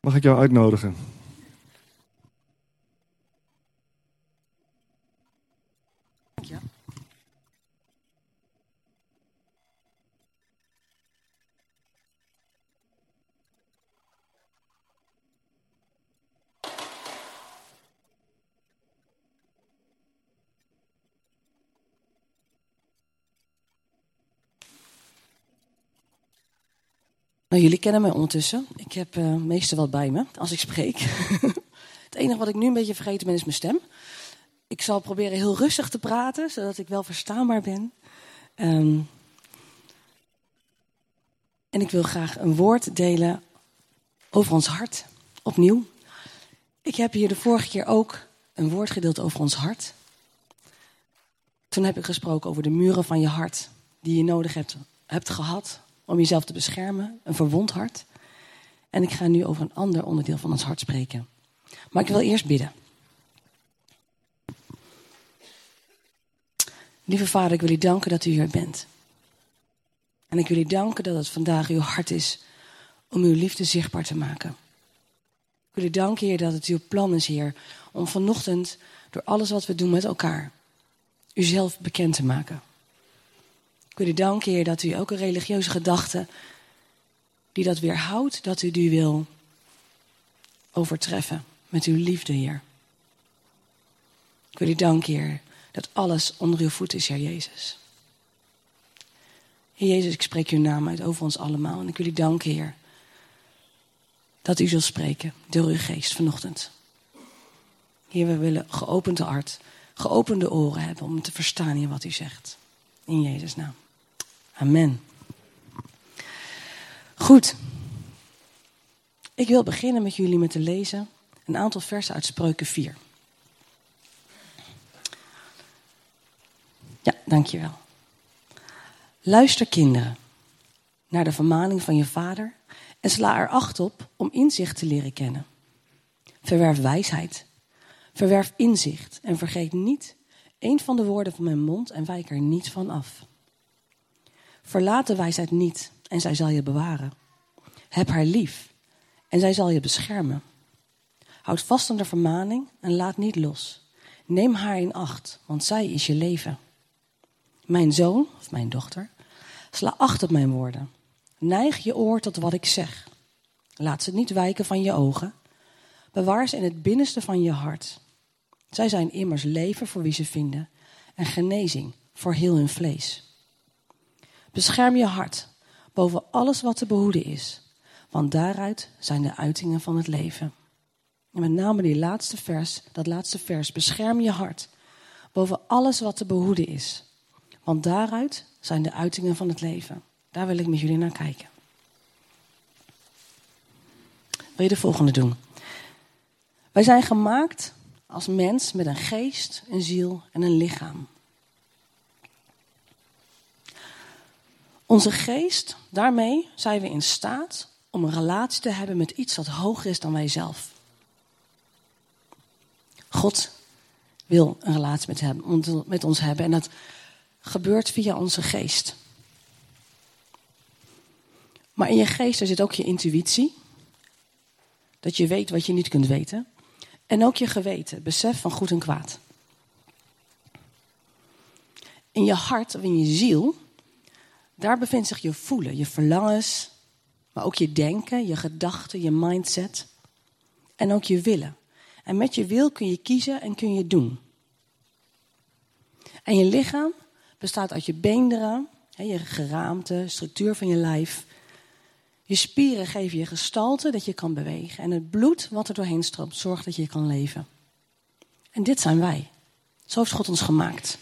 Mag ik jou uitnodigen? Ja. Nou, jullie kennen mij ondertussen. Ik heb meestal wat bij me als ik spreek. Het enige wat ik nu een beetje vergeten ben is mijn stem. Ik zal proberen heel rustig te praten, zodat ik wel verstaanbaar ben. En ik wil graag een woord delen over ons hart. Opnieuw. Ik heb hier de vorige keer ook een woord gedeeld over ons hart. Toen heb ik gesproken over de muren van je hart die je nodig hebt gehad om jezelf te beschermen, een verwond hart. En ik ga nu over een ander onderdeel van ons hart spreken. Maar ik wil eerst bidden. Lieve Vader, ik wil u danken dat u hier bent. En ik wil u danken dat het vandaag uw hart is om uw liefde zichtbaar te maken. Ik wil u danken, Heer, dat het uw plan is, Heer, om vanochtend door alles wat we doen met elkaar uzelf bekend te maken. Ik wil u danken, Heer, dat u elke religieuze gedachte die dat weerhoudt, dat u die wil overtreffen met uw liefde, Heer. Ik wil u danken, Heer, dat alles onder uw voet is, Heer Jezus. Heer Jezus, ik spreek uw naam uit over ons allemaal. En ik wil u danken, Heer, dat u zult spreken door uw geest vanochtend. Heer, we willen geopend hart, geopende oren hebben om te verstaan, Heer, wat u zegt. In Jezus' naam. Amen. Goed. Ik wil beginnen met jullie met te lezen een aantal versen uit Spreuken 4. Ja, dankjewel. Luister, kinderen, naar de vermaning van je vader en sla er acht op om inzicht te leren kennen. Verwerf wijsheid, verwerf inzicht en vergeet niet een van de woorden van mijn mond en wijk er niet van af. Verlaat de wijsheid niet en zij zal je bewaren. Heb haar lief en zij zal je beschermen. Houd vast aan de vermaning en laat niet los. Neem haar in acht, want zij is je leven. Mijn zoon of mijn dochter, sla acht op mijn woorden. Neig je oor tot wat ik zeg. Laat ze niet wijken van je ogen. Bewaar ze in het binnenste van je hart. Zij zijn immers leven voor wie ze vinden en genezing voor heel hun vlees. Bescherm je hart boven alles wat te behoeden is, want daaruit zijn de uitingen van het leven. En met name dat laatste vers, bescherm je hart boven alles wat te behoeden is, want daaruit zijn de uitingen van het leven. Daar wil ik met jullie naar kijken. Wil je de volgende doen? Wij zijn gemaakt als mens met een geest, een ziel en een lichaam. Onze geest, daarmee zijn we in staat om een relatie te hebben met iets wat hoger is dan wij zelf. God wil een relatie met ons hebben en dat gebeurt via onze geest. Maar in je geest er zit ook je intuïtie, dat je weet wat je niet kunt weten. En ook je geweten, besef van goed en kwaad. In je hart of in je ziel, daar bevindt zich je voelen, je verlangens, maar ook je denken, je gedachten, je mindset. En ook je willen. En met je wil kun je kiezen en kun je doen. En je lichaam bestaat uit je beenderen, je geraamte, structuur van je lijf. Je spieren geven je gestalte dat je kan bewegen. En het bloed wat er doorheen stroomt zorgt dat je kan leven. En dit zijn wij. Zo heeft God ons gemaakt.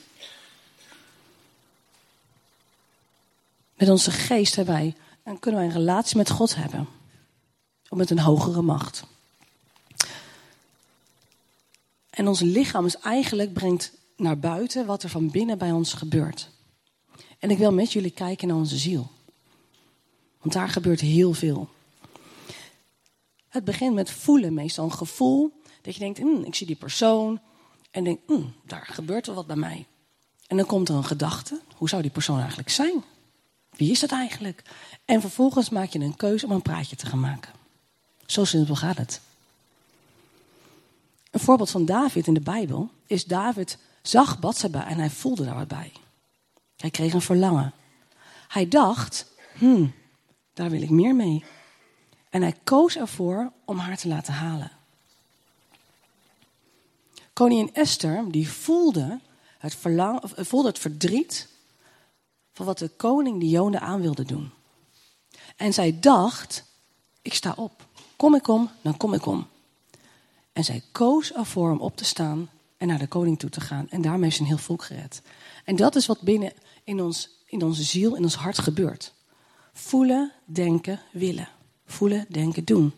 Met onze geest kunnen wij een relatie met God hebben. Of met een hogere macht. En ons lichaam brengt naar buiten wat er van binnen bij ons gebeurt. En ik wil met jullie kijken naar onze ziel. Want daar gebeurt heel veel. Het begint met voelen, meestal een gevoel. Dat je denkt, ik zie die persoon. En denk, daar gebeurt wel wat bij mij. En dan komt er een gedachte. Hoe zou die persoon eigenlijk zijn? Wie is dat eigenlijk? En vervolgens maak je een keuze om een praatje te gaan maken. Zo simpel gaat het. Een voorbeeld van David in de Bijbel is: David zag Batseba en hij voelde daar wat bij. Hij kreeg een verlangen. Hij dacht, daar wil ik meer mee. En hij koos ervoor om haar te laten halen. Koningin Esther, die voelde het verdriet van wat de koning de Joden aan wilde doen. En zij dacht, ik sta op. Kom ik om, dan kom ik om. En zij koos ervoor om op te staan en naar de koning toe te gaan. En daarmee heeft ze een heel volk gered. En dat is wat binnen in onze ziel, in ons hart gebeurt. Voelen, denken, willen. Voelen, denken, doen.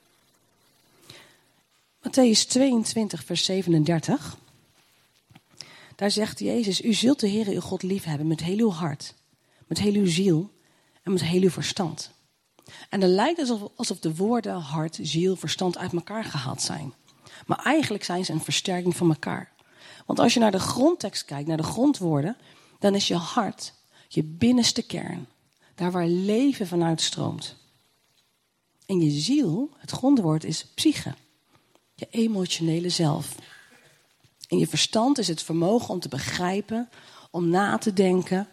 Mattheüs 22, vers 37. Daar zegt Jezus: u zult de Heere uw God lief hebben met heel uw hart, met heel uw ziel en met heel uw verstand. En dan lijkt het alsof de woorden hart, ziel, verstand uit elkaar gehaald zijn. Maar eigenlijk zijn ze een versterking van elkaar. Want als je naar de grondtekst kijkt, naar de grondwoorden, dan is je hart je binnenste kern. Daar waar leven vanuit stroomt. En je ziel, het grondwoord, is psyche. Je emotionele zelf. En je verstand is het vermogen om te begrijpen, om na te denken.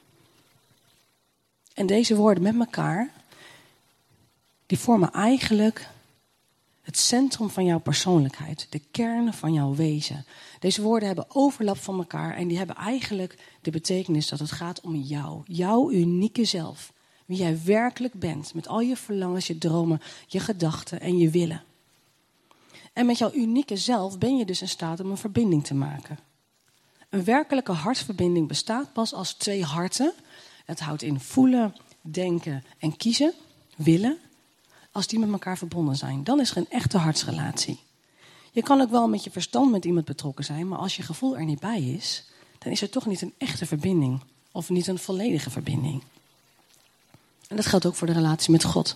En deze woorden met elkaar, die vormen eigenlijk het centrum van jouw persoonlijkheid. De kern van jouw wezen. Deze woorden hebben overlap van elkaar en die hebben eigenlijk de betekenis dat het gaat om jou. Jouw unieke zelf. Wie jij werkelijk bent. Met al je verlangens, je dromen, je gedachten en je willen. En met jouw unieke zelf ben je dus in staat om een verbinding te maken. Een werkelijke hartsverbinding bestaat pas als twee harten. Het houdt in voelen, denken en kiezen, willen. Als die met elkaar verbonden zijn, dan is er een echte hartsrelatie. Je kan ook wel met je verstand met iemand betrokken zijn, maar als je gevoel er niet bij is, dan is er toch niet een echte verbinding. Of niet een volledige verbinding. En dat geldt ook voor de relatie met God.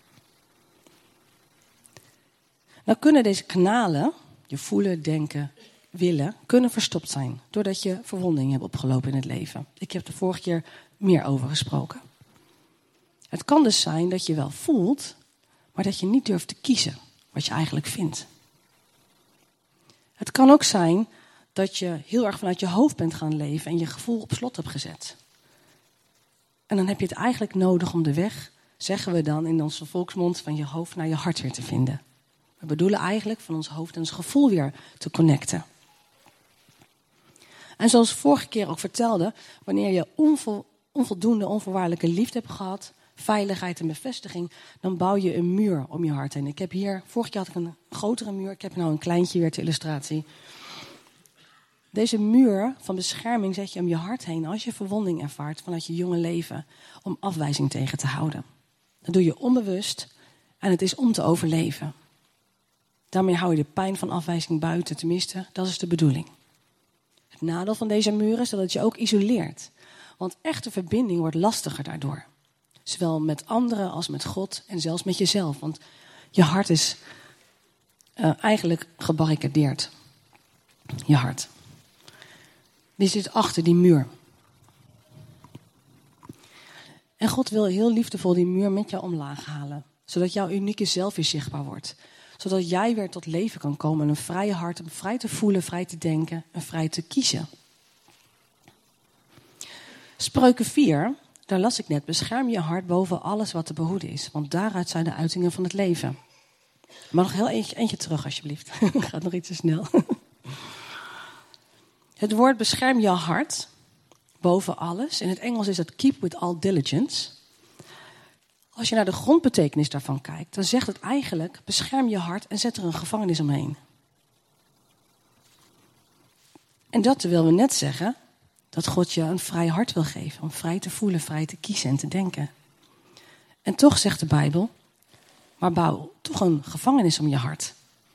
Nou kunnen deze kanalen, je voelen, denken, willen, kunnen verstopt zijn. Doordat je verwondingen hebt opgelopen in het leven. Ik heb er vorige keer meer over gesproken. Het kan dus zijn dat je wel voelt, maar dat je niet durft te kiezen wat je eigenlijk vindt. Het kan ook zijn dat je heel erg vanuit je hoofd bent gaan leven en je gevoel op slot hebt gezet. En dan heb je het eigenlijk nodig om de weg, zeggen we dan in onze volksmond, van je hoofd naar je hart weer te vinden. We bedoelen eigenlijk van ons hoofd en ons gevoel weer te connecten. En zoals vorige keer ook vertelde, wanneer je onvoldoende, onvoorwaardelijke liefde hebt gehad, veiligheid en bevestiging, dan bouw je een muur om je hart heen. Ik heb hier, vorige keer had ik een grotere muur, ik heb nou een kleintje weer ter illustratie. Deze muur van bescherming zet je om je hart heen als je verwonding ervaart vanuit je jonge leven om afwijzing tegen te houden. Dat doe je onbewust en het is om te overleven. Daarmee hou je de pijn van afwijzing buiten, tenminste, dat is de bedoeling. Het nadeel van deze muur is dat het je ook isoleert. Want echte verbinding wordt lastiger daardoor. Zowel met anderen als met God en zelfs met jezelf. Want je hart is eigenlijk gebarricadeerd. Je hart. Die zit achter die muur. En God wil heel liefdevol die muur met jou omlaag halen. Zodat jouw unieke zelf weer zichtbaar wordt. Zodat jij weer tot leven kan komen. Een vrije hart om vrij te voelen, vrij te denken en vrij te kiezen. Spreuken 4, daar las ik net. Bescherm je hart boven alles wat te behoeden is. Want daaruit zijn de uitingen van het leven. Maar nog heel eentje terug alsjeblieft. Gaat nog iets te snel. Het woord bescherm je hart boven alles. In het Engels is dat keep with all diligence. Als je naar de grondbetekenis daarvan kijkt, dan zegt het eigenlijk: bescherm je hart en zet er een gevangenis omheen. En dat terwijl we net zeggen dat God je een vrij hart wil geven. Om vrij te voelen, vrij te kiezen en te denken. En toch zegt de Bijbel: maar bouw toch een gevangenis om je hart.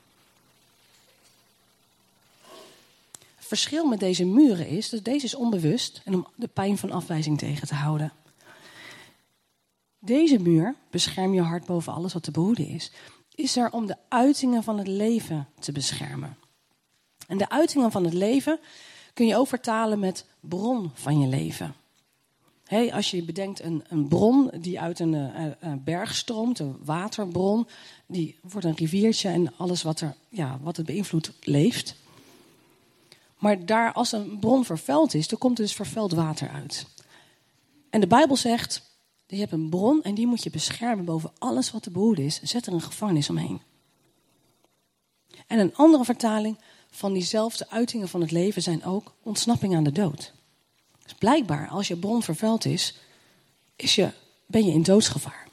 Het verschil met deze muren is dat deze is onbewust en om de pijn van afwijzing tegen te houden. Deze muur, bescherm je hart boven alles wat te behoeden is er om de uitingen van het leven te beschermen. En de uitingen van het leven kun je ook vertalen met bron van je leven. Als je bedenkt een bron die uit een berg stroomt, een waterbron, die wordt een riviertje en alles wat het beïnvloedt leeft. Maar daar, als een bron vervuild is, dan komt er dus vervuild water uit. En de Bijbel zegt, je hebt een bron en die moet je beschermen boven alles wat te behoeden is. Zet er een gevangenis omheen. En een andere vertaling van diezelfde uitingen van het leven zijn ook ontsnapping aan de dood. Dus blijkbaar, als je bron vervuild is, ben je in doodsgevaar.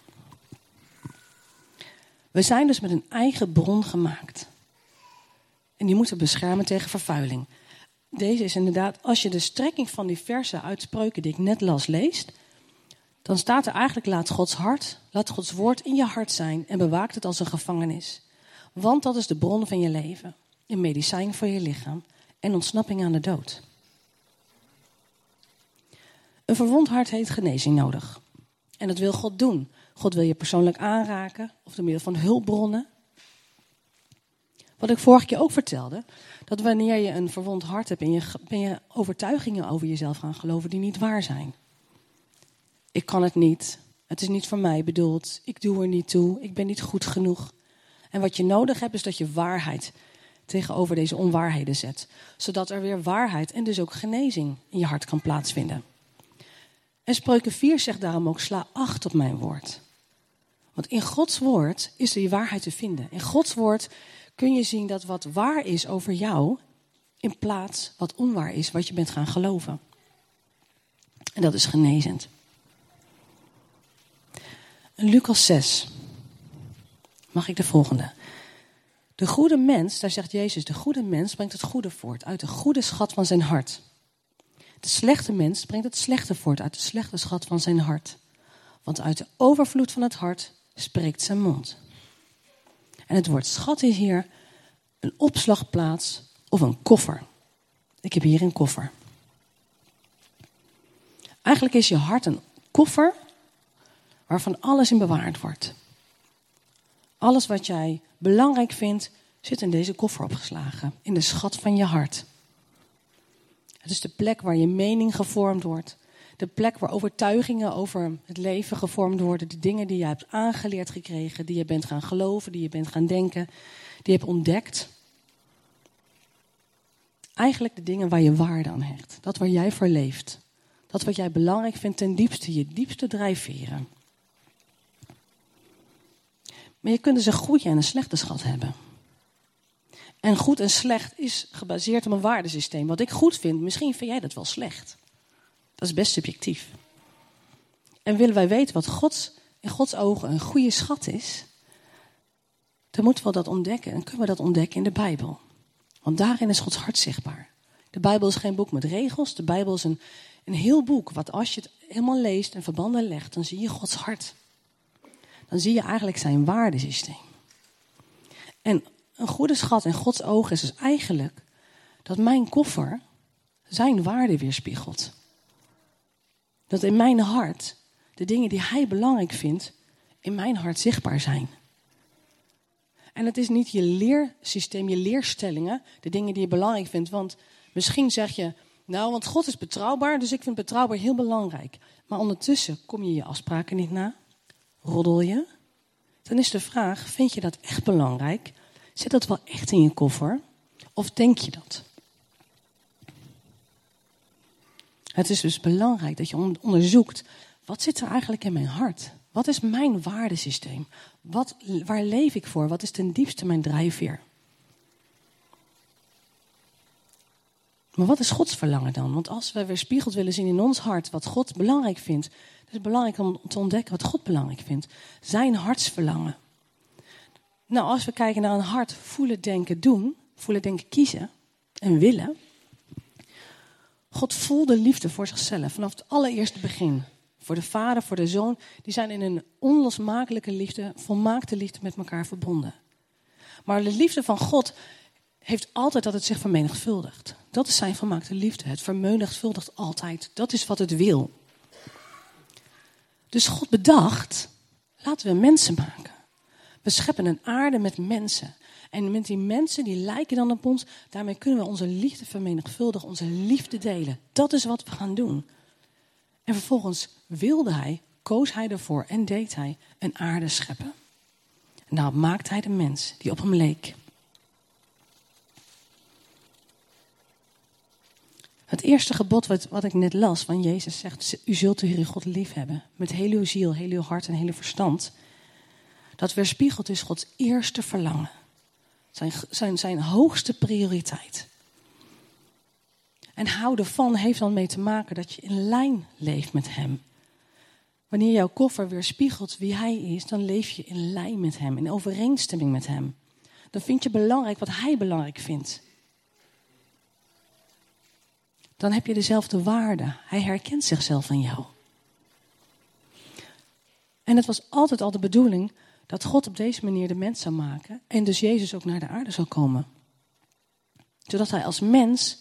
We zijn dus met een eigen bron gemaakt. En die moeten we beschermen tegen vervuiling. Deze is inderdaad, als je de strekking van die verse uit Spreuken die ik net las leest, dan staat er eigenlijk, laat Gods woord in je hart zijn en bewaakt het als een gevangenis. Want dat is de bron van je leven, een medicijn voor je lichaam en ontsnapping aan de dood. Een verwond hart heeft genezing nodig. En dat wil God doen. God wil je persoonlijk aanraken of door middel van hulpbronnen. Wat ik vorige keer ook vertelde, dat wanneer je een verwond hart hebt, ben je overtuigingen over jezelf gaan geloven die niet waar zijn. Ik kan het niet, het is niet voor mij bedoeld, ik doe er niet toe, ik ben niet goed genoeg. En wat je nodig hebt is dat je waarheid tegenover deze onwaarheden zet. Zodat er weer waarheid en dus ook genezing in je hart kan plaatsvinden. En Spreuken 4 zegt daarom ook, sla acht op mijn woord. Want in Gods woord is die waarheid te vinden. In Gods woord kun je zien dat wat waar is over jou, in plaats wat onwaar is, wat je bent gaan geloven. En dat is genezend. In Lucas 6 mag ik de volgende. De goede mens, daar zegt Jezus, de goede mens brengt het goede voort uit de goede schat van zijn hart. De slechte mens brengt het slechte voort uit de slechte schat van zijn hart. Want uit de overvloed van het hart spreekt zijn mond. En het woord schat is hier een opslagplaats of een koffer. Ik heb hier een koffer. Eigenlijk is je hart een koffer waarvan alles in bewaard wordt. Alles wat jij belangrijk vindt, zit in deze koffer opgeslagen. In de schat van je hart. Het is de plek waar je mening gevormd wordt. De plek waar overtuigingen over het leven gevormd worden. De dingen die je hebt aangeleerd gekregen. Die je bent gaan geloven, die je bent gaan denken. Die je hebt ontdekt. Eigenlijk de dingen waar je waarde aan hecht. Dat waar jij voor leeft. Dat wat jij belangrijk vindt ten diepste. Je diepste drijfveren. Maar je kunt dus een goede en een slechte schat hebben. En goed en slecht is gebaseerd op een waardesysteem. Wat ik goed vind, misschien vind jij dat wel slecht. Dat is best subjectief. En willen wij weten wat in Gods ogen een goede schat is, dan moeten we dat ontdekken. En kunnen we dat ontdekken in de Bijbel. Want daarin is Gods hart zichtbaar. De Bijbel is geen boek met regels. De Bijbel is een heel boek. Wat als je het helemaal leest en verbanden legt, dan zie je Gods hart. Dan zie je eigenlijk zijn waardesysteem. En een goede schat in Gods ogen is dus eigenlijk dat mijn koffer zijn waarde weerspiegelt. Dat in mijn hart de dingen die hij belangrijk vindt, in mijn hart zichtbaar zijn. En het is niet je leersysteem, je leerstellingen, de dingen die je belangrijk vindt. Want misschien zeg je, want God is betrouwbaar, dus ik vind betrouwbaar heel belangrijk. Maar ondertussen kom je je afspraken niet na, roddel je. Dan is de vraag, vind je dat echt belangrijk? Zit dat wel echt in je koffer? Of denk je dat? Het is dus belangrijk dat je onderzoekt, wat zit er eigenlijk in mijn hart? Wat is mijn waardesysteem? Waar leef ik voor? Wat is ten diepste mijn drijfveer? Maar wat is Gods verlangen dan? Want als we weerspiegeld willen zien in ons hart wat God belangrijk vindt, het is belangrijk om te ontdekken wat God belangrijk vindt. Zijn hartsverlangen. Nou, als we kijken naar een hart, voelen, denken, doen. Voelen, denken, kiezen en willen. God voelde liefde voor zichzelf vanaf het allereerste begin. Voor de Vader, voor de Zoon. Die zijn in een onlosmakelijke liefde, volmaakte liefde met elkaar verbonden. Maar de liefde van God heeft altijd dat het zich vermenigvuldigt. Dat is zijn volmaakte liefde. Het vermenigvuldigt altijd. Dat is wat het wil. Dus God bedacht, laten we mensen maken. We scheppen een aarde met mensen. En met die mensen, die lijken dan op ons. Daarmee kunnen we onze liefde vermenigvuldigen, onze liefde delen. Dat is wat we gaan doen. En vervolgens koos hij ervoor en deed hij een aarde scheppen. En daarop maakte hij de mens die op hem leek. Het eerste gebod wat ik net las van Jezus zegt, u zult de Heere God lief hebben. Met heel uw ziel, heel uw hart en heel uw verstand. Dat weerspiegelt dus Gods eerste verlangen. Zijn hoogste prioriteit. En houden van heeft dan mee te maken dat je in lijn leeft met hem. Wanneer jouw koffer weerspiegelt wie hij is, dan leef je in lijn met hem, in overeenstemming met hem. Dan vind je belangrijk wat hij belangrijk vindt. Dan heb je dezelfde waarde. Hij herkent zichzelf in jou. En het was altijd al de bedoeling dat God op deze manier de mens zou maken. En dus Jezus ook naar de aarde zou komen. Zodat hij als mens,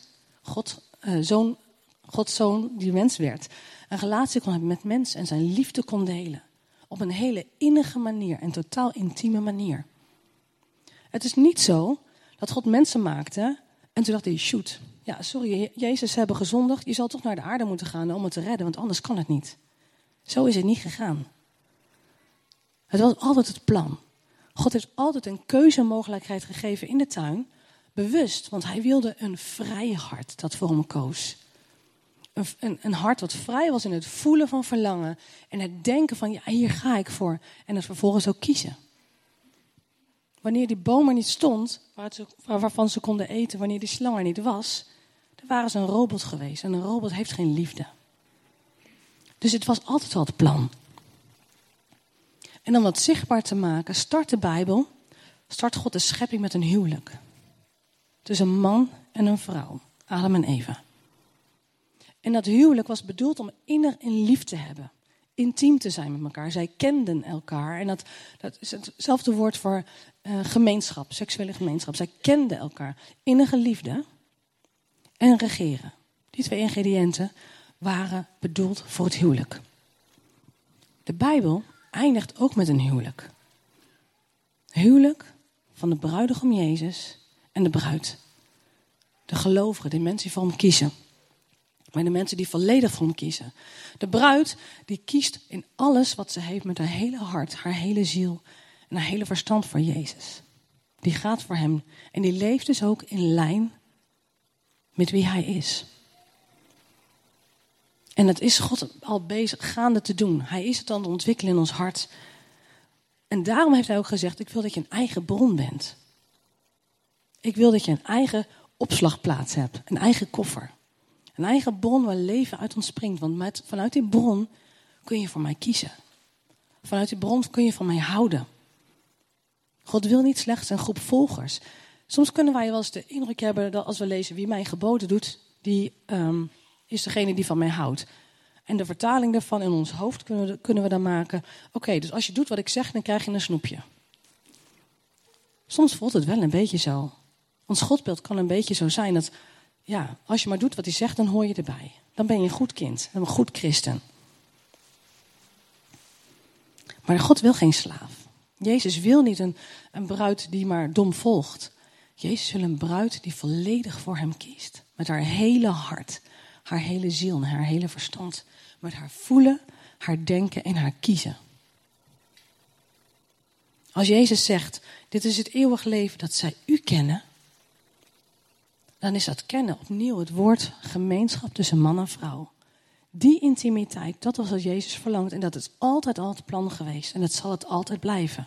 Gods zoon die mens werd, een relatie kon hebben met mensen en zijn liefde kon delen. Op een hele innige manier en totaal intieme manier. Het is niet zo dat God mensen maakte en toen dacht hij, shoot, ja sorry, Jezus hebben gezondigd, je zal toch naar de aarde moeten gaan om het te redden, want anders kan het niet. Zo is het niet gegaan. Het was altijd het plan. God heeft altijd een keuzemogelijkheid gegeven in de tuin, bewust, want hij wilde een vrij hart dat voor hem koos. Een hart wat vrij was in het voelen van verlangen en het denken van, ja, hier ga ik voor. En het vervolgens ook kiezen. Wanneer die boom er niet stond, waarvan ze konden eten, wanneer die slang er niet was, dan waren ze een robot geweest. En een robot heeft geen liefde. Dus het was altijd al het plan. En om wat zichtbaar te maken, start God de schepping met een huwelijk. Tussen een man en een vrouw, Adam en Eva. En dat huwelijk was bedoeld om innig en lief te hebben. Intiem te zijn met elkaar. Zij kenden elkaar. En dat is hetzelfde woord voor gemeenschap, seksuele gemeenschap. Zij kenden elkaar. Innige liefde en regeren. Die twee ingrediënten waren bedoeld voor het huwelijk. De Bijbel eindigt ook met een huwelijk. Huwelijk van de bruidegom Jezus en de bruid. De gelovigen, de mensen die voor hem kiezen. Maar de mensen die volledig voor hem kiezen. De bruid die kiest in alles wat ze heeft met haar hele hart, haar hele ziel en haar hele verstand voor Jezus. Die gaat voor hem en die leeft dus ook in lijn met wie hij is. En dat is God al bezig gaande te doen. Hij is het aan het ontwikkelen in ons hart. En daarom heeft hij ook gezegd, ik wil dat je een eigen bron bent. Ik wil dat je een eigen opslagplaats hebt, een eigen koffer. Een eigen bron waar leven uit ontspringt. Want vanuit die bron kun je voor mij kiezen. Vanuit die bron kun je van mij houden. God wil niet slechts een groep volgers. Soms kunnen wij wel eens de indruk hebben dat als we lezen wie mijn geboden doet, die is degene die van mij houdt. En de vertaling daarvan in ons hoofd kunnen we dan maken. Oké, dus als je doet wat ik zeg, dan krijg je een snoepje. Soms voelt het wel een beetje zo. Ons Godbeeld kan een beetje zo zijn dat, ja, als je maar doet wat hij zegt, dan hoor je erbij. Dan ben je een goed kind, een goed christen. Maar God wil geen slaaf. Jezus wil niet een bruid die maar dom volgt. Jezus wil een bruid die volledig voor hem kiest. Met haar hele hart, haar hele ziel en haar hele verstand. Met haar voelen, haar denken en haar kiezen. Als Jezus zegt, dit is het eeuwig leven dat zij u kennen, dan is dat kennen opnieuw het woord gemeenschap tussen man en vrouw. Die intimiteit, dat was wat Jezus verlangt. En dat is altijd al het plan geweest. En dat zal het altijd blijven.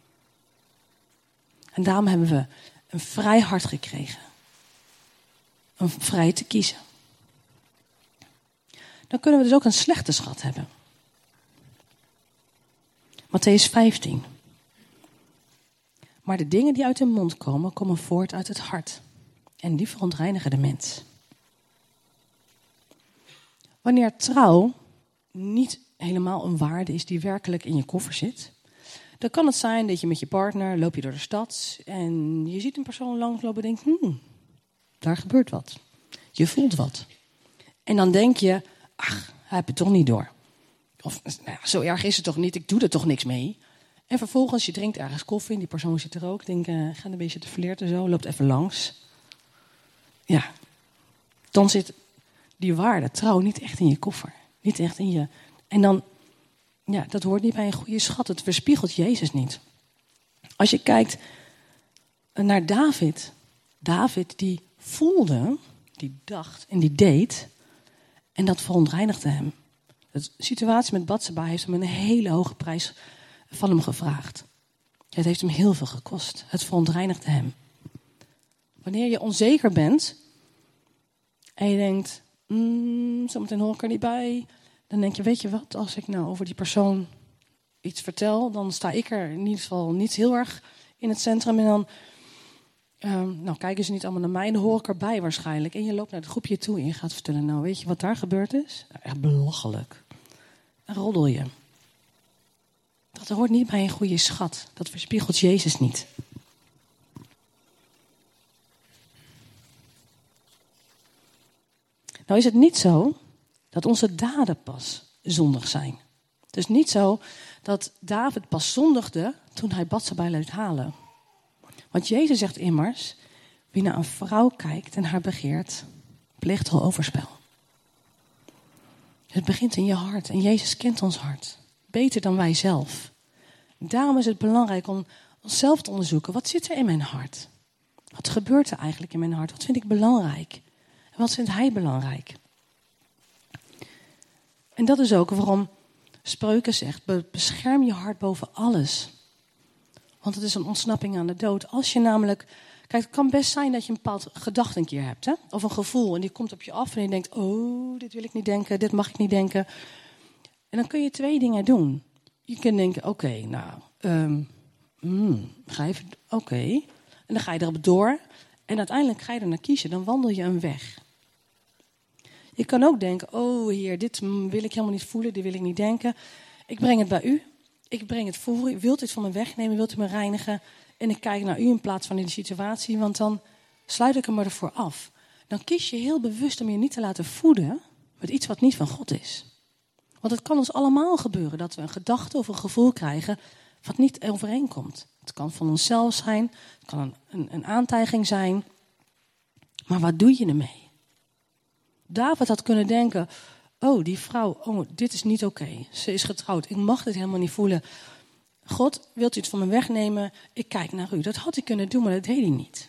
En daarom hebben we een vrij hart gekregen. Om vrij te kiezen. Dan kunnen we dus ook een slechte schat hebben. Mattheüs 15. Maar de dingen die uit de mond komen, komen voort uit het hart. En die verontreinigen de mens. Wanneer trouw niet helemaal een waarde is die werkelijk in je koffer zit, dan kan het zijn dat je met je partner loop je door de stad en je ziet een persoon langslopen en denkt, daar gebeurt wat. Je voelt wat. En dan denk je, ach, hij heeft het toch niet door. Of, nou ja, zo erg is het toch niet, ik doe er toch niks mee. En vervolgens, je drinkt ergens koffie en die persoon zit er ook. Denk, gaat een beetje te flirten zo, loopt even langs. Ja, dan zit die waarde, trouw, niet echt in je koffer. Niet echt in je. En dan, ja, dat hoort niet bij een goede schat. Het weerspiegelt Jezus niet. Als je kijkt naar David. David die voelde, die dacht en die deed. En dat verontreinigde hem. De situatie met Batseba heeft hem een hele hoge prijs van hem gevraagd. Het heeft hem heel veel gekost. Het verontreinigde hem. Wanneer je onzeker bent en je denkt, zometeen hoor ik er niet bij. Dan denk je, weet je wat, als ik nou over die persoon iets vertel, dan sta ik er in ieder geval niet heel erg in het centrum. En dan kijken ze niet allemaal naar mij en dan hoor ik erbij waarschijnlijk. En je loopt naar het groepje toe en je gaat vertellen, nou weet je wat daar gebeurd is? Echt belachelijk. Dan roddel je. Dat hoort niet bij een goede schat. Dat weerspiegelt Jezus niet. Nou is het niet zo dat onze daden pas zondig zijn. Het is niet zo dat David pas zondigde toen hij Batseba liet halen. Want Jezus zegt immers, wie naar een vrouw kijkt en haar begeert, pleegt al overspel. Het begint in je hart en Jezus kent ons hart. Beter dan wij zelf. Daarom is het belangrijk om onszelf te onderzoeken. Wat zit er in mijn hart? Wat gebeurt er eigenlijk in mijn hart? Wat vind ik belangrijk? En wat vindt hij belangrijk? En dat is ook waarom Spreuken zegt, bescherm je hart boven alles. Want het is een ontsnapping aan de dood. Als je namelijk, kijk, het kan best zijn dat je een bepaald gedachte een keer hebt. Hè? Of een gevoel en die komt op je af en je denkt, oh, dit wil ik niet denken, dit mag ik niet denken. En dan kun je 2 dingen doen. Je kunt denken, oké. Ga even, oké. En dan ga je erop door. En uiteindelijk ga je er naar kiezen. Dan wandel je een weg. Je kan ook denken, oh Heer, dit wil ik helemaal niet voelen, dit wil ik niet denken. Ik breng het bij u. Ik breng het voor u. Wilt u het van me wegnemen? Wilt u me reinigen? En ik kijk naar u in plaats van in de situatie. Want dan sluit ik hem ervoor af. Dan kies je heel bewust om je niet te laten voeden met iets wat niet van God is. Want het kan ons allemaal gebeuren dat we een gedachte of een gevoel krijgen wat niet overeenkomt. Het kan van onszelf zijn, het kan een aantijging zijn. Maar wat doe je ermee? David had kunnen denken, oh die vrouw, oh dit is niet oké. Ze is getrouwd, ik mag dit helemaal niet voelen. God, wilt u het van me wegnemen? Ik kijk naar u. Dat had hij kunnen doen, maar dat deed hij niet.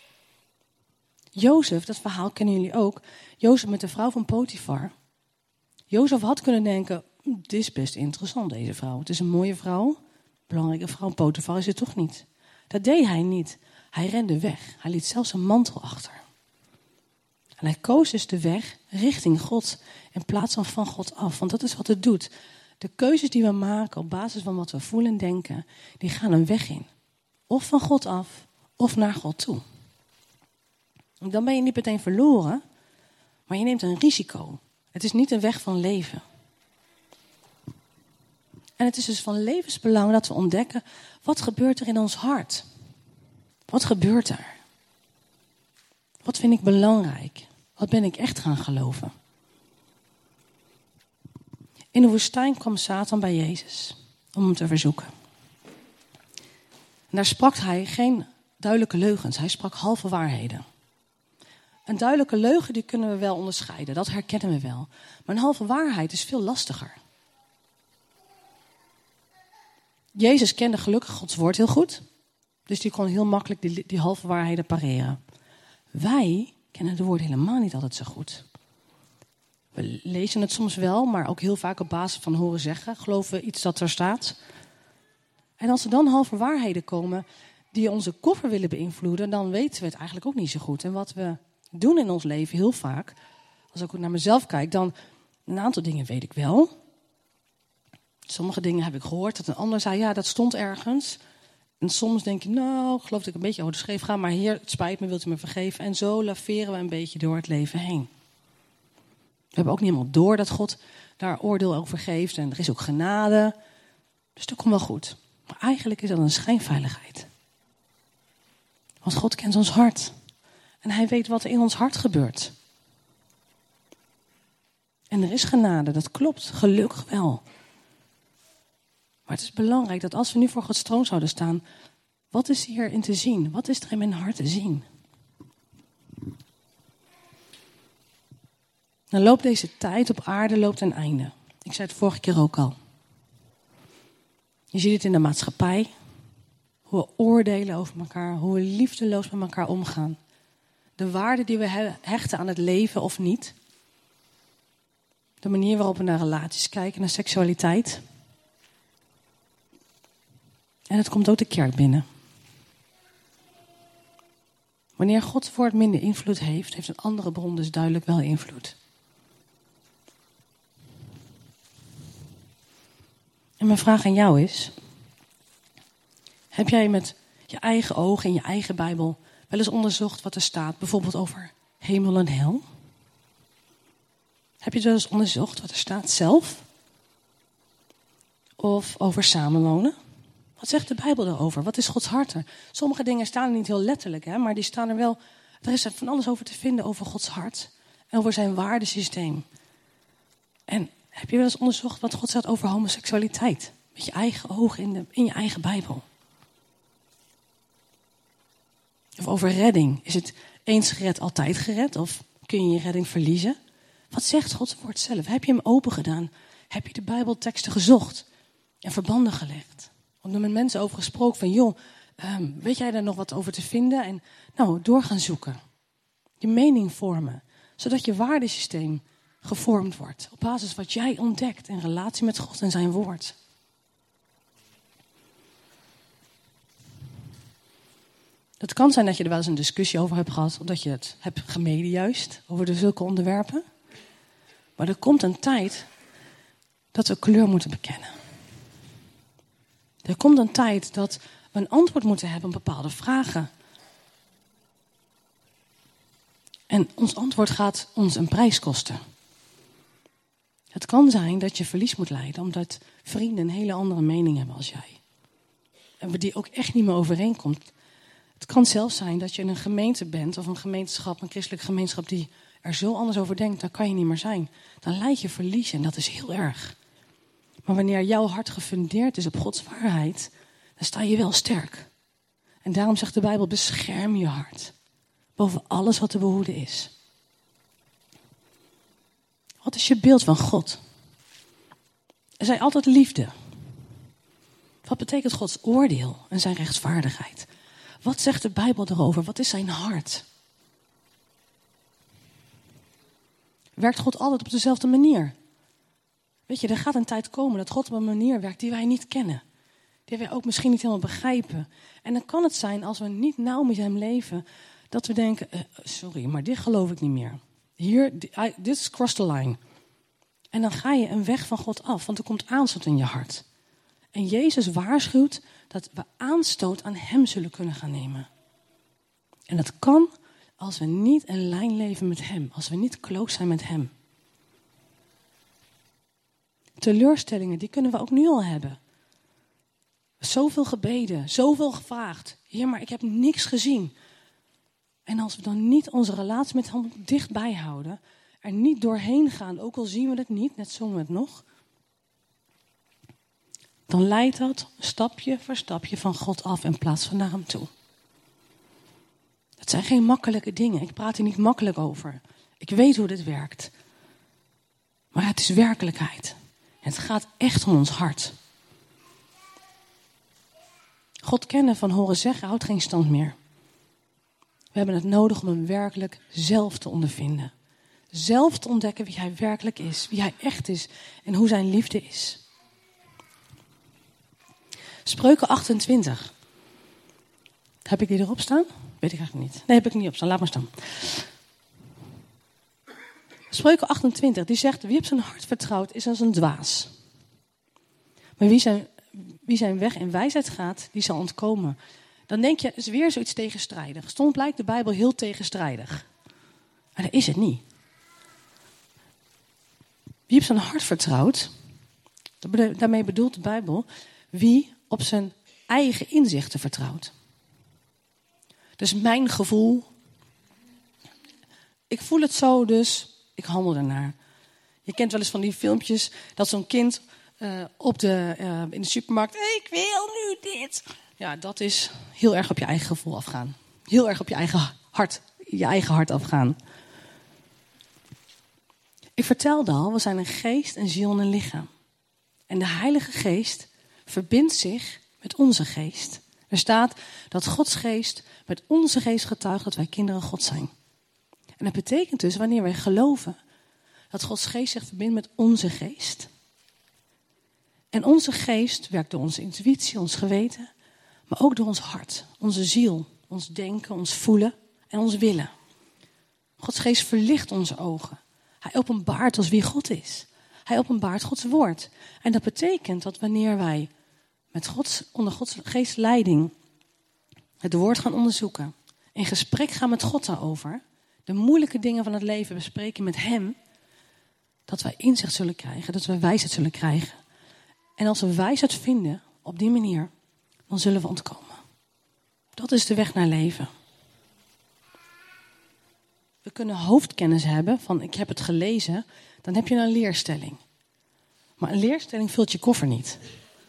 Jozef, dat verhaal kennen jullie ook. Jozef met de vrouw van Potifar. Jozef had kunnen denken, dit is best interessant deze vrouw. Het is een mooie vrouw, belangrijke vrouw. Potifar is het toch niet. Dat deed hij niet. Hij rende weg. Hij liet zelfs een mantel achter. En hij koos dus de weg richting God in plaats van God af. Want dat is wat het doet. De keuzes die we maken op basis van wat we voelen en denken, die gaan een weg in. Of van God af, of naar God toe. En dan ben je niet meteen verloren, maar je neemt een risico. Het is niet een weg van leven. En het is dus van levensbelang dat we ontdekken, wat gebeurt er in ons hart? Wat gebeurt er? Wat vind ik belangrijk? Wat ben ik echt gaan geloven? In de woestijn kwam Satan bij Jezus om hem te verzoeken. En daar sprak hij geen duidelijke leugens. Hij sprak halve waarheden. Een duidelijke leugen die kunnen we wel onderscheiden. Dat herkennen we wel. Maar een halve waarheid is veel lastiger. Jezus kende gelukkig Gods woord heel goed. Dus die kon heel makkelijk die halve waarheden pareren. Wij kennen de woorden helemaal niet altijd zo goed. We lezen het soms wel, maar ook heel vaak op basis van horen zeggen. Geloven we iets dat er staat. En als er dan halve waarheden komen die onze koffer willen beïnvloeden, dan weten we het eigenlijk ook niet zo goed. En wat we doen in ons leven heel vaak, als ik ook naar mezelf kijk, dan een aantal dingen weet ik wel. Sommige dingen heb ik gehoord dat een ander zei, ja, dat stond ergens. En soms denk je, nou, ik geloof dat ik een beetje over de scheef ga, maar Heer, het spijt me, wilt u me vergeven? En zo laveren we een beetje door het leven heen. We hebben ook niet helemaal door dat God daar oordeel over geeft. En er is ook genade. Dus dat komt wel goed. Maar eigenlijk is dat een schijnveiligheid. Want God kent ons hart. En hij weet wat er in ons hart gebeurt. En er is genade, dat klopt. Gelukkig wel. Maar het is belangrijk dat als we nu voor Gods troon zouden staan, wat is hierin te zien? Wat is er in mijn hart te zien? Dan loopt deze tijd op aarde loopt een einde. Ik zei het vorige keer ook al. Je ziet het in de maatschappij. Hoe we oordelen over elkaar. Hoe we liefdeloos met elkaar omgaan. De waarde die we hechten aan het leven of niet. De manier waarop we naar relaties kijken, naar seksualiteit. En het komt ook de kerk binnen. Wanneer Gods woord minder invloed heeft, heeft een andere bron dus duidelijk wel invloed. En mijn vraag aan jou is, heb jij met je eigen ogen en je eigen Bijbel wel eens onderzocht wat er staat, bijvoorbeeld over hemel en hel? Heb je wel eens onderzocht wat er staat zelf? Of over samenwonen? Wat zegt de Bijbel daarover? Wat is Gods hart er? Sommige dingen staan er niet heel letterlijk, maar die staan er wel. Er is van alles over te vinden over Gods hart. En over zijn waardesysteem. En heb je wel eens onderzocht wat God zegt over homoseksualiteit? Met je eigen ogen in je eigen Bijbel. Of over redding. Is het eens gered, altijd gered? Of kun je je redding verliezen? Wat zegt Gods woord zelf? Heb je hem open gedaan? Heb je de Bijbelteksten gezocht? En verbanden gelegd? Of er met mensen over gesproken van, joh, weet jij daar nog wat over te vinden? En nou, door gaan zoeken. Je mening vormen. Zodat je waardesysteem gevormd wordt. Op basis van wat jij ontdekt in relatie met God en zijn woord. Het kan zijn dat je er wel eens een discussie over hebt gehad. Of dat je het hebt gemeden juist. Over zulke onderwerpen. Maar er komt een tijd dat we kleur moeten bekennen. Er komt een tijd dat we een antwoord moeten hebben op bepaalde vragen. En ons antwoord gaat ons een prijs kosten. Het kan zijn dat je verlies moet lijden, omdat vrienden een hele andere mening hebben als jij. En die ook echt niet meer overeenkomt. Het kan zelfs zijn dat je in een gemeente bent, of een gemeenschap, een christelijke gemeenschap die er zo anders over denkt, dan kan je niet meer zijn. Dan lijd je verlies en dat is heel erg. Maar wanneer jouw hart gefundeerd is op Gods waarheid, dan sta je wel sterk. En daarom zegt de Bijbel, bescherm je hart. Boven alles wat te behoeden is. Wat is je beeld van God? Er zijn altijd liefde. Wat betekent Gods oordeel en zijn rechtvaardigheid? Wat zegt de Bijbel erover? Wat is zijn hart? Werkt God altijd op dezelfde manier? Weet je, er gaat een tijd komen dat God op een manier werkt die wij niet kennen. Die wij ook misschien niet helemaal begrijpen. En dan kan het zijn, als we niet nauw met hem leven, dat we denken, sorry, maar dit geloof ik niet meer. Dit is cross the line. En dan ga je een weg van God af, want er komt aanstoot in je hart. En Jezus waarschuwt dat we aanstoot aan hem zullen kunnen gaan nemen. En dat kan als we niet in lijn leven met hem. Als we niet close zijn met hem. Teleurstellingen, die kunnen we ook nu al hebben. Zoveel gebeden, zoveel gevraagd. Heer, maar ik heb niks gezien. En als we dan niet onze relatie met hem dichtbij houden, er niet doorheen gaan, ook al zien we het niet, net zongen we het nog, dan leidt dat stapje voor stapje van God af in plaats van naar hem toe. Het zijn geen makkelijke dingen. Ik praat hier niet makkelijk over. Ik weet hoe dit werkt. Maar het is werkelijkheid. Het gaat echt om ons hart. God kennen van horen zeggen houdt geen stand meer. We hebben het nodig om hem werkelijk zelf te ondervinden. Zelf te ontdekken wie hij werkelijk is. Wie hij echt is. En hoe zijn liefde is. Spreuken 28. Heb ik die erop staan? Weet ik eigenlijk niet. Nee, heb ik niet op staan. Laat maar staan. Spreuken 28, die zegt, wie op zijn hart vertrouwt is als een dwaas. Maar wie zijn weg in wijsheid gaat, die zal ontkomen. Dan denk je, het is weer zoiets tegenstrijdig. Soms blijkt de Bijbel heel tegenstrijdig. Maar dat is het niet. Wie op zijn hart vertrouwt, daarmee bedoelt de Bijbel, wie op zijn eigen inzichten vertrouwt. Dus mijn gevoel, ik voel het zo, dus ik handel ernaar. Je kent wel eens van die filmpjes dat zo'n kind in de supermarkt, ik wil nu dit. Ja, dat is heel erg op je eigen gevoel afgaan. Heel erg op je eigen hart afgaan. Ik vertelde al, we zijn een geest, een ziel en een lichaam. En de Heilige Geest verbindt zich met onze geest. Er staat dat Gods geest met onze geest getuigt dat wij kinderen God zijn. En dat betekent dus, wanneer wij geloven, dat Gods geest zich verbindt met onze geest. En onze geest werkt door onze intuïtie, ons geweten, maar ook door ons hart, onze ziel, ons denken, ons voelen en ons willen. Gods geest verlicht onze ogen. Hij openbaart ons wie God is. Hij openbaart Gods woord. En dat betekent dat wanneer wij onder Gods geestleiding het woord gaan onderzoeken, in gesprek gaan met God daarover, de moeilijke dingen van het leven bespreken met Hem, dat wij inzicht zullen krijgen, dat we wijsheid zullen krijgen. En als we wijsheid vinden op die manier, dan zullen we ontkomen. Dat is de weg naar leven. We kunnen hoofdkennis hebben van ik heb het gelezen, dan heb je een leerstelling. Maar een leerstelling vult je koffer niet.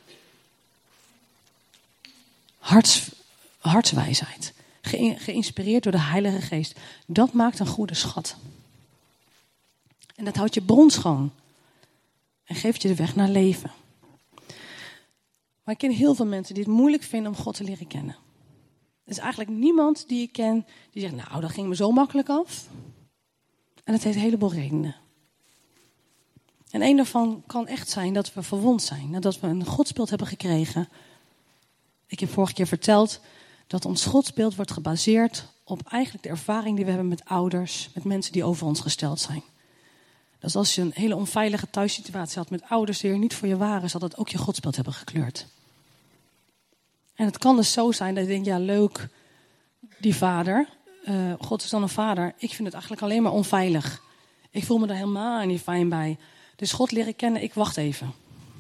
Hartswijsheid, geïnspireerd door de Heilige Geest, dat maakt een goede schat. En dat houdt je bron schoon en geeft je de weg naar leven. Maar ik ken heel veel mensen die het moeilijk vinden om God te leren kennen. Er is eigenlijk niemand die ik ken die zegt, nou, dat ging me zo makkelijk af. En dat heeft een heleboel redenen. En een daarvan kan echt zijn dat we verwond zijn. Nadat we een godsbeeld hebben gekregen. Ik heb vorige keer verteld dat ons godsbeeld wordt gebaseerd op eigenlijk de ervaring die we hebben met ouders, met mensen die over ons gesteld zijn. Dus als je een hele onveilige thuissituatie had met ouders die er niet voor je waren, zal dat ook je godsbeeld hebben gekleurd. En het kan dus zo zijn dat je denkt, ja leuk, die vader, God is dan een vader. Ik vind het eigenlijk alleen maar onveilig. Ik voel me daar helemaal niet fijn bij. Dus God leren kennen, ik wacht even.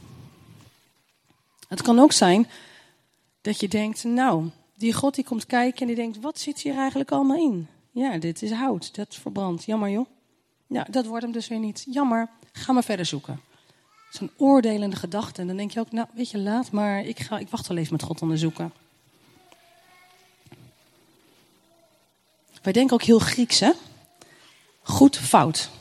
Het kan ook zijn dat je denkt, nou, die God die komt kijken en die denkt, wat zit hier eigenlijk allemaal in? Ja, dit is hout, dat verbrandt. Jammer joh. Ja, dat wordt hem dus weer niet. Jammer, ga maar verder zoeken. Zo'n oordelende gedachte. En dan denk je ook, nou weet je, laat maar. Ik wacht wel even met God onderzoeken. Wij denken ook heel Grieks, hè? Goed, fout.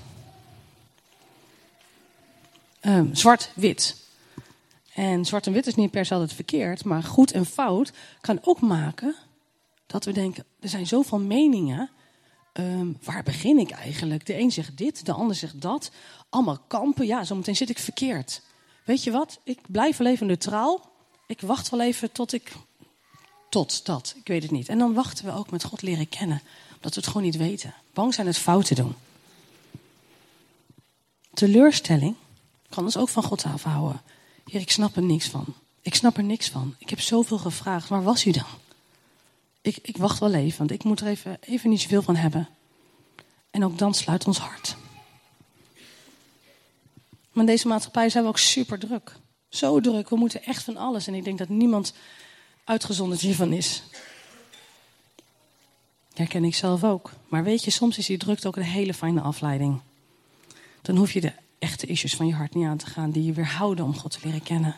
Zwart, wit. En zwart en wit is niet per se altijd verkeerd. Maar goed en fout kan ook maken dat we denken, er zijn zoveel meningen. Waar begin ik eigenlijk? De een zegt dit, de ander zegt dat. Allemaal kampen. Ja, zometeen zit ik verkeerd. Weet je wat? Ik blijf wel even neutraal. Ik wacht wel even tot dat. Ik weet het niet. En dan wachten we ook met God leren kennen. Omdat we het gewoon niet weten. Bang zijn het fout te doen. Teleurstelling kan ons ook van God afhouden. Heer, ik snap er niks van. Ik snap er niks van. Ik heb zoveel gevraagd. Waar was u dan? Ik wacht wel even, want ik moet er even niet zoveel van hebben. En ook dan sluit ons hart. Maar in deze maatschappij zijn we ook super druk. Zo druk, we moeten echt van alles. En ik denk dat niemand uitgezonderd hiervan is. Herken ik zelf ook. Maar weet je, soms is die drukte ook een hele fijne afleiding. Dan hoef je de echte issues van je hart niet aan te gaan die je weerhouden om God te leren kennen.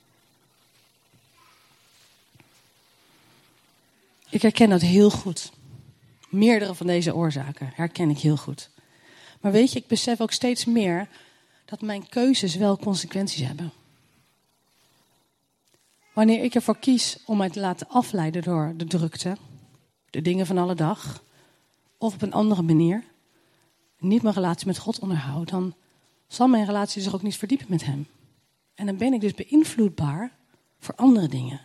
Ik herken dat heel goed. Meerdere van deze oorzaken herken ik heel goed. Maar weet je, ik besef ook steeds meer dat mijn keuzes wel consequenties hebben. Wanneer ik ervoor kies om mij te laten afleiden door de drukte, de dingen van alle dag, of op een andere manier, niet mijn relatie met God onderhoud, dan zal mijn relatie zich ook niet verdiepen met Hem. En dan ben ik dus beïnvloedbaar voor andere dingen.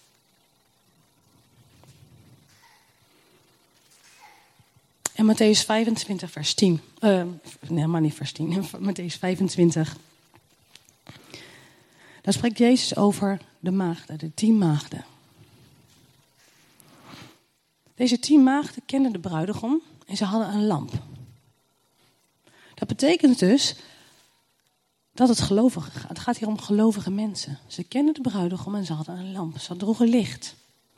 En Mattheüs 25, vers 10. Nee, maar niet vers 10. Mattheüs 25. Daar spreekt Jezus over de maagden, de 10 maagden. Deze 10 maagden kenden de bruidegom en ze hadden een lamp. Dat betekent dus dat het gelovigen gaat. Het gaat hier om gelovige mensen. Ze kenden de bruidegom en ze hadden een lamp. Ze droegen licht.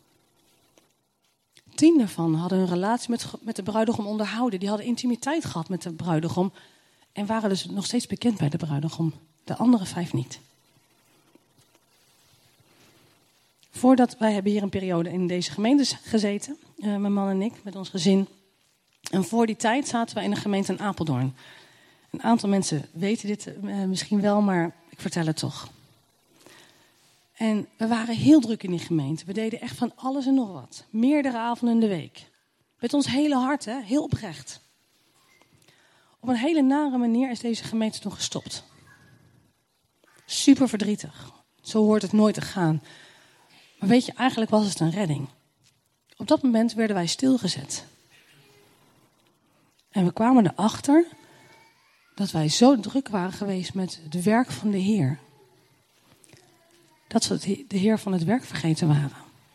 10 daarvan hadden hun relatie met de bruidegom onderhouden. Die hadden intimiteit gehad met de bruidegom. En waren dus nog steeds bekend bij de bruidegom. De andere 5 niet. Wij hebben hier een periode in deze gemeente gezeten. Mijn man en ik, met ons gezin. En voor die tijd zaten we in een gemeente in Apeldoorn. Een aantal mensen weten dit misschien wel, maar ik vertel het toch. En we waren heel druk in die gemeente. We deden echt van alles en nog wat. Meerdere avonden in de week. Met ons hele hart, hè? Heel oprecht. Op een hele nare manier is deze gemeente toen gestopt. Super verdrietig. Zo hoort het nooit te gaan. Maar weet je, eigenlijk was het een redding. Op dat moment werden wij stilgezet. En we kwamen erachter dat wij zo druk waren geweest met het werk van de Heer. Dat we de Heer van het werk vergeten waren.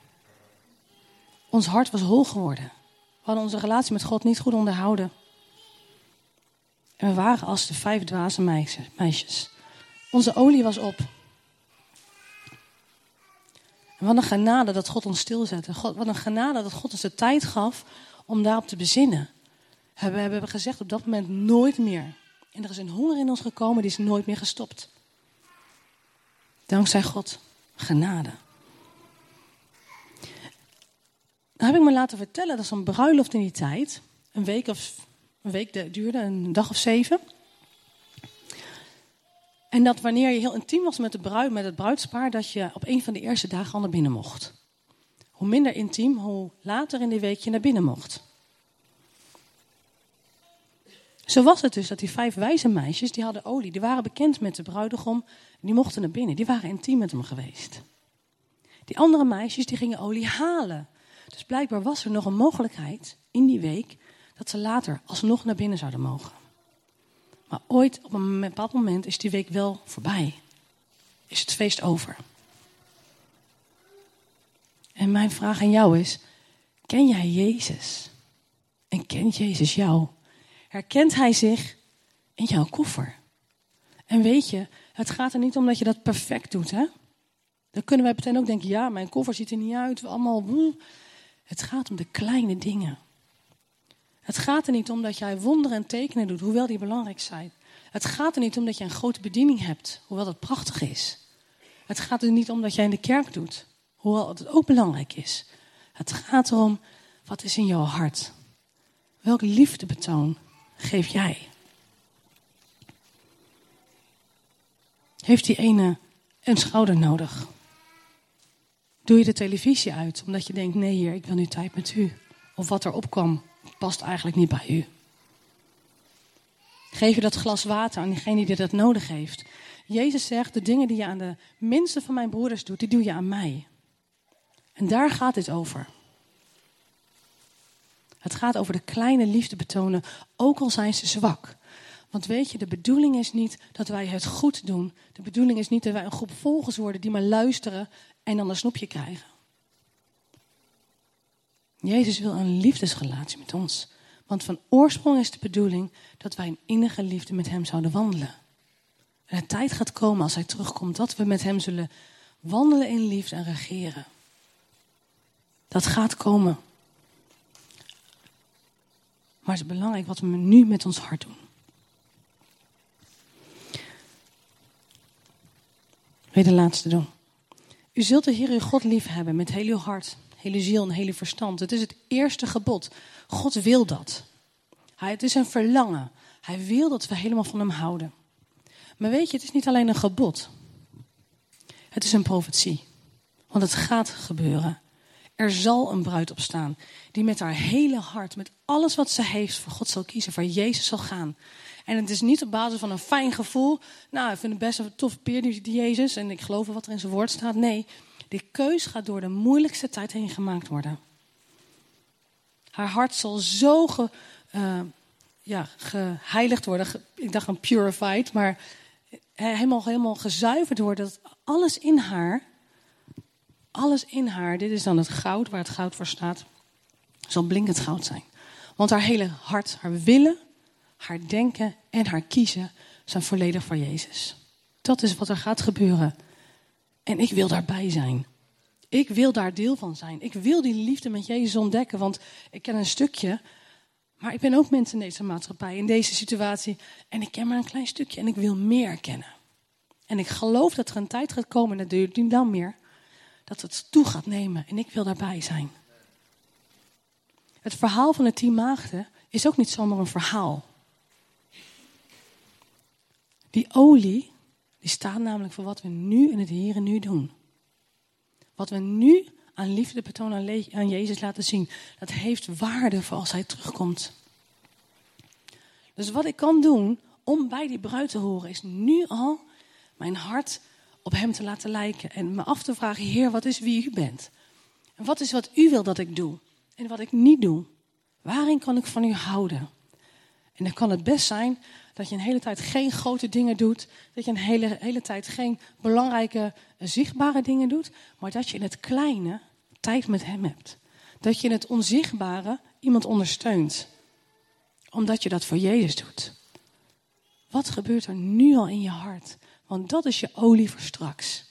Ons hart was hol geworden. We hadden onze relatie met God niet goed onderhouden. En we waren als de 5 dwaze meisjes. Onze olie was op. En wat een genade dat God ons stilzette. Wat een genade dat God ons de tijd gaf om daarop te bezinnen. We hebben gezegd op dat moment nooit meer. En er is een honger in ons gekomen, die is nooit meer gestopt. Dankzij God. Genade. Nou heb ik me laten vertellen dat zo'n bruiloft in die tijd, een week duurde, een dag of 7. En dat wanneer je heel intiem was met het bruidspaar, dat je op een van de eerste dagen al naar binnen mocht. Hoe minder intiem, hoe later in de week je naar binnen mocht. Zo was het dus dat die 5 wijze meisjes, die hadden olie, die waren bekend met de bruidegom, die mochten naar binnen, die waren intiem met hem geweest. Die andere meisjes, die gingen olie halen. Dus blijkbaar was er nog een mogelijkheid in die week dat ze later alsnog naar binnen zouden mogen. Maar ooit, op een bepaald moment, is die week wel voorbij. Is het feest over. En mijn vraag aan jou is, ken jij Jezus? En kent Jezus jou? Herkent hij zich in jouw koffer? En weet je, het gaat er niet om dat je dat perfect doet, hè? Dan kunnen wij meteen ook denken, ja, mijn koffer ziet er niet uit, allemaal. Het gaat om de kleine dingen. Het gaat er niet om dat jij wonderen en tekenen doet, hoewel die belangrijk zijn. Het gaat er niet om dat je een grote bediening hebt, hoewel dat prachtig is. Het gaat er niet om dat jij in de kerk doet, hoewel het ook belangrijk is. Het gaat erom, wat is in jouw hart? Welk liefdebetoon geef jij? Heeft die ene een schouder nodig? Doe je de televisie uit omdat je denkt, nee Heer, ik wil nu tijd met u. Of wat er opkwam, past eigenlijk niet bij u. Geef je dat glas water aan diegene die dat nodig heeft. Jezus zegt, de dingen die je aan de minste van mijn broeders doet, die doe je aan mij. En daar gaat dit over. Het gaat over de kleine liefdebetonen, ook al zijn ze zwak. Want weet je, de bedoeling is niet dat wij het goed doen. De bedoeling is niet dat wij een groep volgers worden die maar luisteren en dan een snoepje krijgen. Jezus wil een liefdesrelatie met ons. Want van oorsprong is de bedoeling dat wij in innige liefde met hem zouden wandelen. En de tijd gaat komen als hij terugkomt dat we met hem zullen wandelen in liefde en regeren. Dat gaat komen. Maar het is belangrijk wat we nu met ons hart doen. Wil je de laatste doen? U zult de Heer uw God lief hebben met heel uw hart, hele ziel en hele verstand. Het is het eerste gebod. God wil dat. Het is een verlangen. Hij wil dat we helemaal van hem houden. Maar weet je, het is niet alleen een gebod. Het is een profetie. Want het gaat gebeuren. Er zal een bruid opstaan die met haar hele hart, met alles wat ze heeft, voor God zal kiezen, voor Jezus zal gaan. En het is niet op basis van een fijn gevoel. Nou, ik vind het best een toffe peer, die Jezus, en ik geloof wat er in zijn woord staat. Nee, die keus gaat door de moeilijkste tijd heen gemaakt worden. Haar hart zal zo geheiligd worden. Ik dacht aan purified, maar helemaal gezuiverd worden. Dat alles in haar, dit is dan het goud, waar het goud voor staat, zal blinkend goud zijn. Want haar hele hart, haar willen, haar denken en haar kiezen zijn volledig voor Jezus. Dat is wat er gaat gebeuren. En ik wil daarbij zijn. Ik wil daar deel van zijn. Ik wil die liefde met Jezus ontdekken, want ik ken een stukje, maar ik ben ook mensen in deze maatschappij, in deze situatie, en ik ken maar een klein stukje en ik wil meer kennen. En ik geloof dat er een tijd gaat komen, en dat duurt niet lang meer, dat het toe gaat nemen en ik wil daarbij zijn. Het verhaal van de 10 maagden is ook niet zomaar een verhaal. Die olie, die staat namelijk voor wat we nu in het hier en nu doen. Wat we nu aan liefde betonen aan Jezus laten zien. Dat heeft waarde voor als hij terugkomt. Dus wat ik kan doen om bij die bruid te horen, is nu al mijn hart op hem te laten lijken. En me af te vragen, Heer, wat is wie u bent? En wat is wat u wil dat ik doe? En wat ik niet doe? Waarin kan ik van u houden? En dan kan het best zijn dat je een hele tijd geen grote dingen doet. Dat je een hele tijd geen belangrijke, zichtbare dingen doet. Maar dat je in het kleine tijd met hem hebt. Dat je in het onzichtbare iemand ondersteunt. Omdat je dat voor Jezus doet. Wat gebeurt er nu al in je hart? Want dat is je olie voor straks.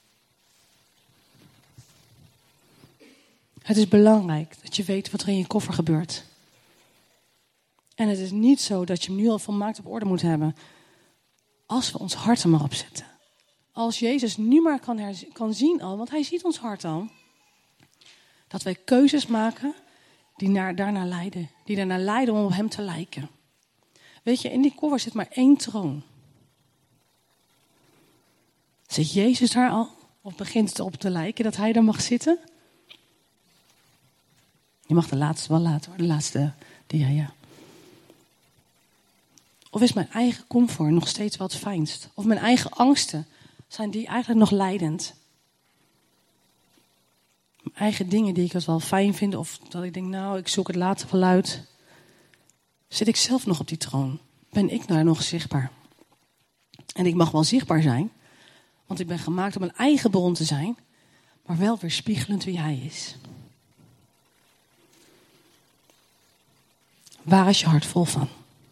Het is belangrijk dat je weet wat er in je koffer gebeurt. En het is niet zo dat je hem nu al volmaakt op orde moet hebben. Als we ons hart er maar op zetten. Als Jezus nu maar kan zien al, want hij ziet ons hart al. Dat wij keuzes maken die daarnaar leiden. Die daarnaar leiden om op hem te lijken. Weet je, in die koffer zit maar 1 troon. Zit Jezus daar al? Of begint het op te lijken dat hij daar mag zitten? Je mag de laatste wel laten hoor, de laatste dia, ja. Of is mijn eigen comfort nog steeds wat fijnst? Of mijn eigen angsten, zijn die eigenlijk nog leidend? Mijn eigen dingen die ik het wel fijn vind, of dat ik denk, nou, ik zoek het later wel uit. Zit ik zelf nog op die troon? Ben ik daar nog zichtbaar? En ik mag wel zichtbaar zijn, want ik ben gemaakt om een eigen bron te zijn, maar wel weer spiegelend wie hij is. Waar is je hart vol van?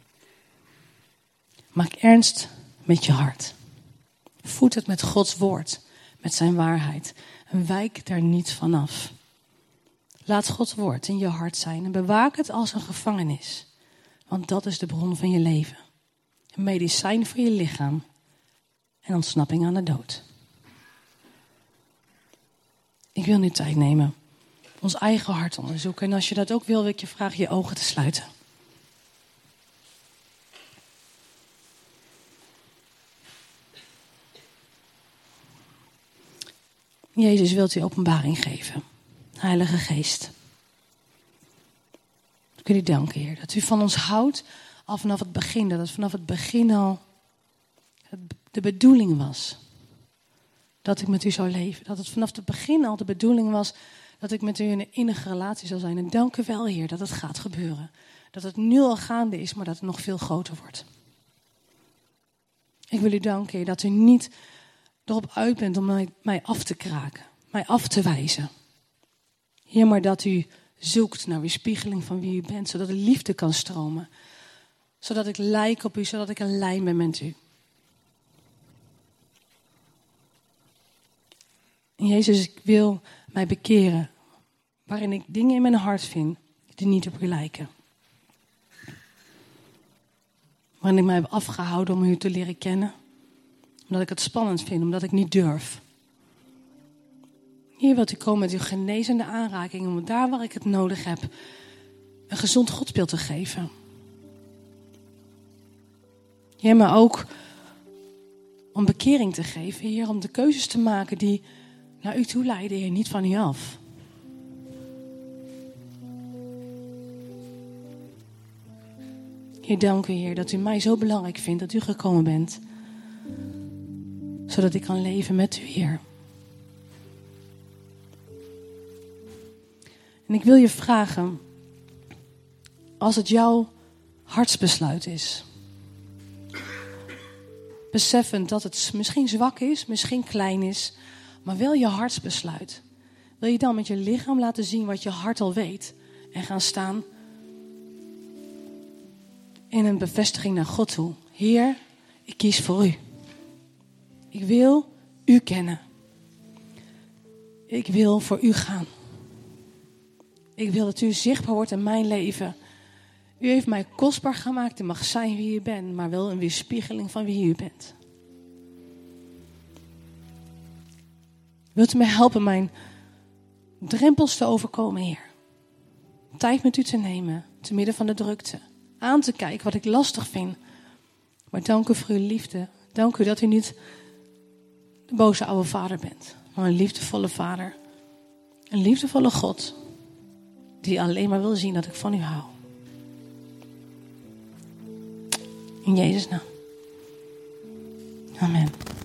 Maak ernst met je hart. Voed het met Gods woord, met zijn waarheid. En wijk daar niet vanaf. Laat Gods woord in je hart zijn en bewaak het als een gevangenis. Want dat is de bron van je leven. Een medicijn voor je lichaam en ontsnapping aan de dood. Ik wil nu tijd nemen. Ons eigen hart onderzoeken. En als je dat ook wil ik je vragen je ogen te sluiten. Jezus wilt u openbaring geven. Heilige Geest. Ik wil u danken, Heer, dat u van ons houdt al vanaf het begin. Dat het vanaf het begin al de bedoeling was dat ik met u zou leven. Dat het vanaf het begin al de bedoeling was dat ik met u in een innige relatie zou zijn. En dank u wel, Heer, dat het gaat gebeuren. Dat het nu al gaande is, maar dat het nog veel groter wordt. Ik wil u danken, Heer, dat u niet erop uit bent om mij af te kraken. Mij af te wijzen. Heer, maar dat u zoekt naar weerspiegeling van wie u bent. Zodat de liefde kan stromen. Zodat ik lijk op u, zodat ik een lijn ben met u. En Jezus, ik wil mij bekeren. Waarin ik dingen in mijn hart vind die niet op u lijken. Waarin ik mij heb afgehouden om u te leren kennen. Omdat ik het spannend vind, omdat ik niet durf. Hier wilt u komen met uw genezende aanraking. Om daar waar ik het nodig heb, een gezond godsbeeld te geven. Heer, maar ook om bekering te geven. Heer, om de keuzes te maken die naar u toe leiden. Heer, niet van u af. Heer, dank u, Heer, dat u mij zo belangrijk vindt. Dat u gekomen bent. Zodat ik kan leven met u, Heer. En ik wil je vragen, als het jouw hartsbesluit is, beseffend dat het misschien zwak is, misschien klein is, maar wel je hartsbesluit, wil je dan met je lichaam laten zien wat je hart al weet en gaan staan in een bevestiging naar God toe. Heer, ik kies voor u. Ik wil u kennen. Ik wil voor u gaan. Ik wil dat u zichtbaar wordt in mijn leven. U heeft mij kostbaar gemaakt. U mag zijn wie u bent, maar wel een weerspiegeling van wie u bent. Wilt u mij helpen mijn drempels te overkomen, Heer? Tijd met u te nemen, te midden van de drukte. Aan te kijken wat ik lastig vind. Maar dank u voor uw liefde. Dank u dat u niet de boze oude vader bent, maar een liefdevolle vader. Een liefdevolle God die alleen maar wil zien dat ik van u hou. In Jezus' naam. Amen.